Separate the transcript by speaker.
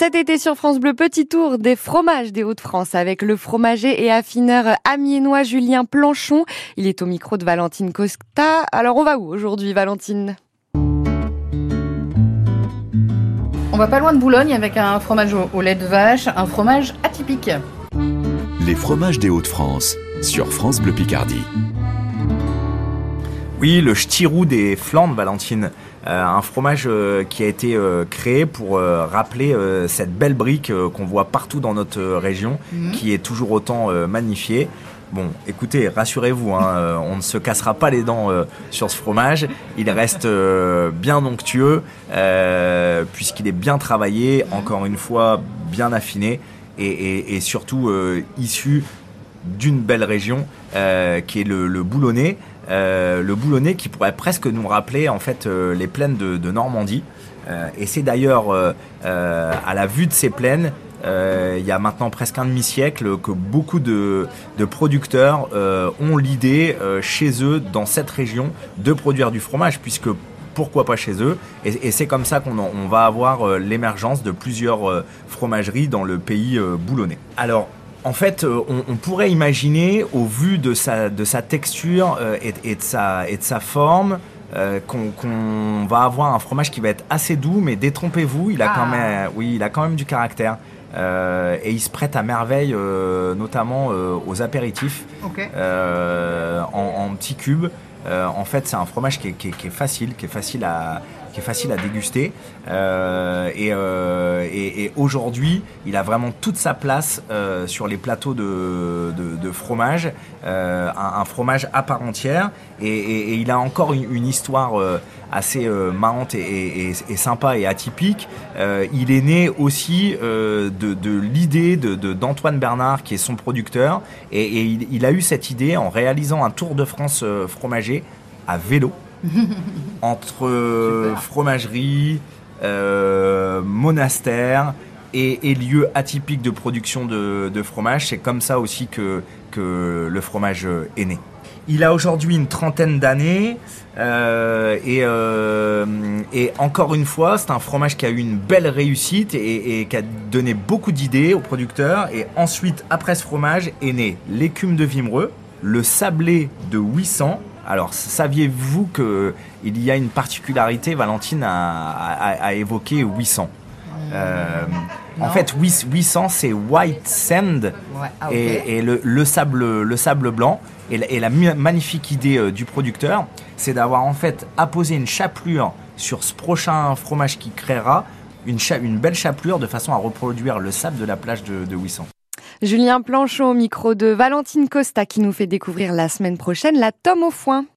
Speaker 1: Cet été sur France Bleu, petit tour des fromages des Hauts-de-France avec le fromager et affineur amiénois Julien Planchon. Il est au micro de Valentine Costa. Alors on va où aujourd'hui, Valentine ?
Speaker 2: On va pas loin de Boulogne avec un fromage au lait de vache, un fromage atypique.
Speaker 3: Les fromages des Hauts-de-France sur France Bleu Picardie.
Speaker 4: Oui, le ch'ti roux des Flandres, Valentine. Un fromage qui a été créé pour rappeler cette belle brique qu'on voit partout dans notre région, qui est toujours autant magnifiée. Bon, écoutez, rassurez-vous, on ne se cassera pas les dents sur ce fromage. Il reste bien onctueux, puisqu'il est bien travaillé, encore une fois bien affiné, et surtout issu d'une belle région qui est le Boulonnais. Le Boulonnais qui pourrait presque nous rappeler en fait les plaines de Normandie. Et c'est d'ailleurs à la vue de ces plaines, il y a maintenant presque un demi-siècle que beaucoup de producteurs ont l'idée chez eux, dans cette région, de produire du fromage, puisque pourquoi pas chez eux, et c'est comme ça qu'on va avoir l'émergence de plusieurs fromageries dans le pays boulonnais. Alors, en fait, on pourrait imaginer, au vu de sa texture et de sa forme, qu'on va avoir un fromage qui va être assez doux, mais détrompez-vous, il a quand même du caractère. Et il se prête à merveille, notamment aux apéritifs, en petits cubes. En fait, c'est un fromage qui est facile à déguster, et aujourd'hui il a vraiment toute sa place sur les plateaux de fromage, un fromage à part entière, et il a encore une histoire assez marrante et sympa et atypique. Il est né aussi de l'idée d'Antoine Bernard, qui est son producteur, et il a eu cette idée en réalisant un tour de France fromager à vélo entre fromagerie, monastère et lieux atypiques de production de fromage. C'est comme ça aussi que le fromage est né. Il a aujourd'hui une trentaine d'années, et encore une fois, c'est un fromage qui a eu une belle réussite et qui a donné beaucoup d'idées aux producteurs. Et ensuite, après ce fromage, est né l'écume de Vimereux, le sablé de Ouessant. Alors, saviez-vous qu'il y a une particularité, Valentine, à évoquer Ouessant? En fait, Ouessant, c'est white sand, et le sable blanc. Et la magnifique idée du producteur, c'est d'avoir en fait apposé une chapelure sur ce prochain fromage qu'il créera, une belle chapelure de façon à reproduire le sable de la plage de Ouessant.
Speaker 1: Julien Planchon au micro de Valentine Costa qui nous fait découvrir la semaine prochaine la tome au foin.